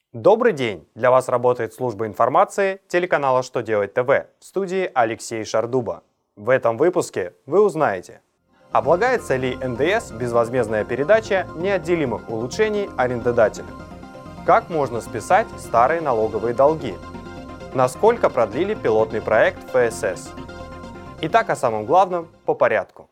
Добрый день! Для вас работает служба информации телеканала «Что делать ТВ» в студии Алексей Шардуба. В этом выпуске вы узнаете: облагается ли НДС безвозмездная передача неотделимых улучшений арендодателю? Как можно списать старые налоговые долги? Насколько продлили пилотный проект ФСС? Итак, о самом главном по порядку.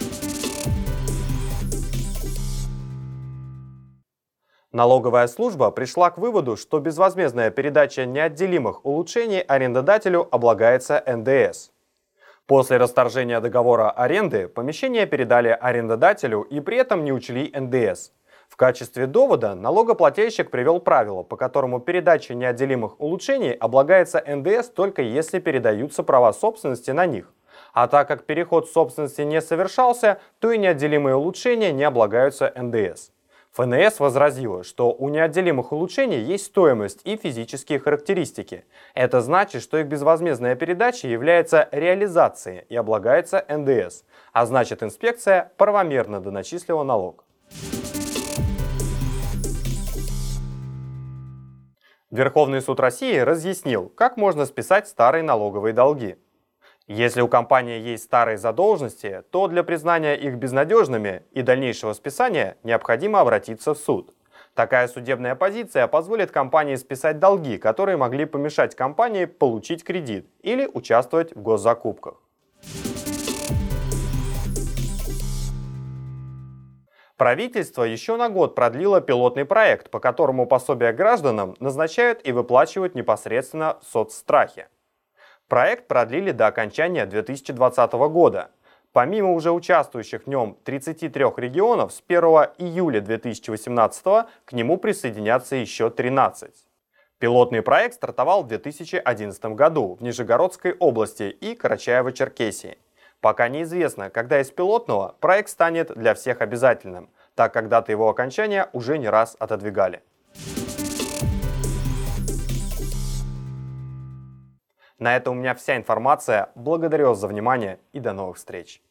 Налоговая служба пришла к выводу, что безвозмездная передача неотделимых улучшений арендодателю облагается НДС. После расторжения договора аренды помещение передали арендодателю и при этом не учли НДС. В качестве довода налогоплательщик привел правило, по которому передача неотделимых улучшений облагается НДС только если передаются права собственности на них. А так как переход собственности не совершался, то и неотделимые улучшения не облагаются НДС. ФНС возразила, что у неотделимых улучшений есть стоимость и физические характеристики. Это значит, что их безвозмездная передача является реализацией и облагается НДС, а значит, инспекция правомерно доначислила налог. Верховный суд России разъяснил, как можно списать старые налоговые долги. Если у компании есть старые задолженности, то для признания их безнадежными и дальнейшего списания необходимо обратиться в суд. Такая судебная позиция позволит компании списать долги, которые могли помешать компании получить кредит или участвовать в госзакупках. Правительство еще на год продлило пилотный проект, по которому пособия гражданам назначают и выплачивают непосредственно в соцстрахе. Проект продлили до окончания 2020 года. Помимо уже участвующих в нем 33 регионов, с 1 июля 2018 к нему присоединятся еще 13. Пилотный проект стартовал в 2011 году в Нижегородской области и Карачаево-Черкесии. Пока неизвестно, когда из пилотного проект станет для всех обязательным, так как даты его окончания уже не раз отодвигали. На этом у меня вся информация. Благодарю вас за внимание и до новых встреч!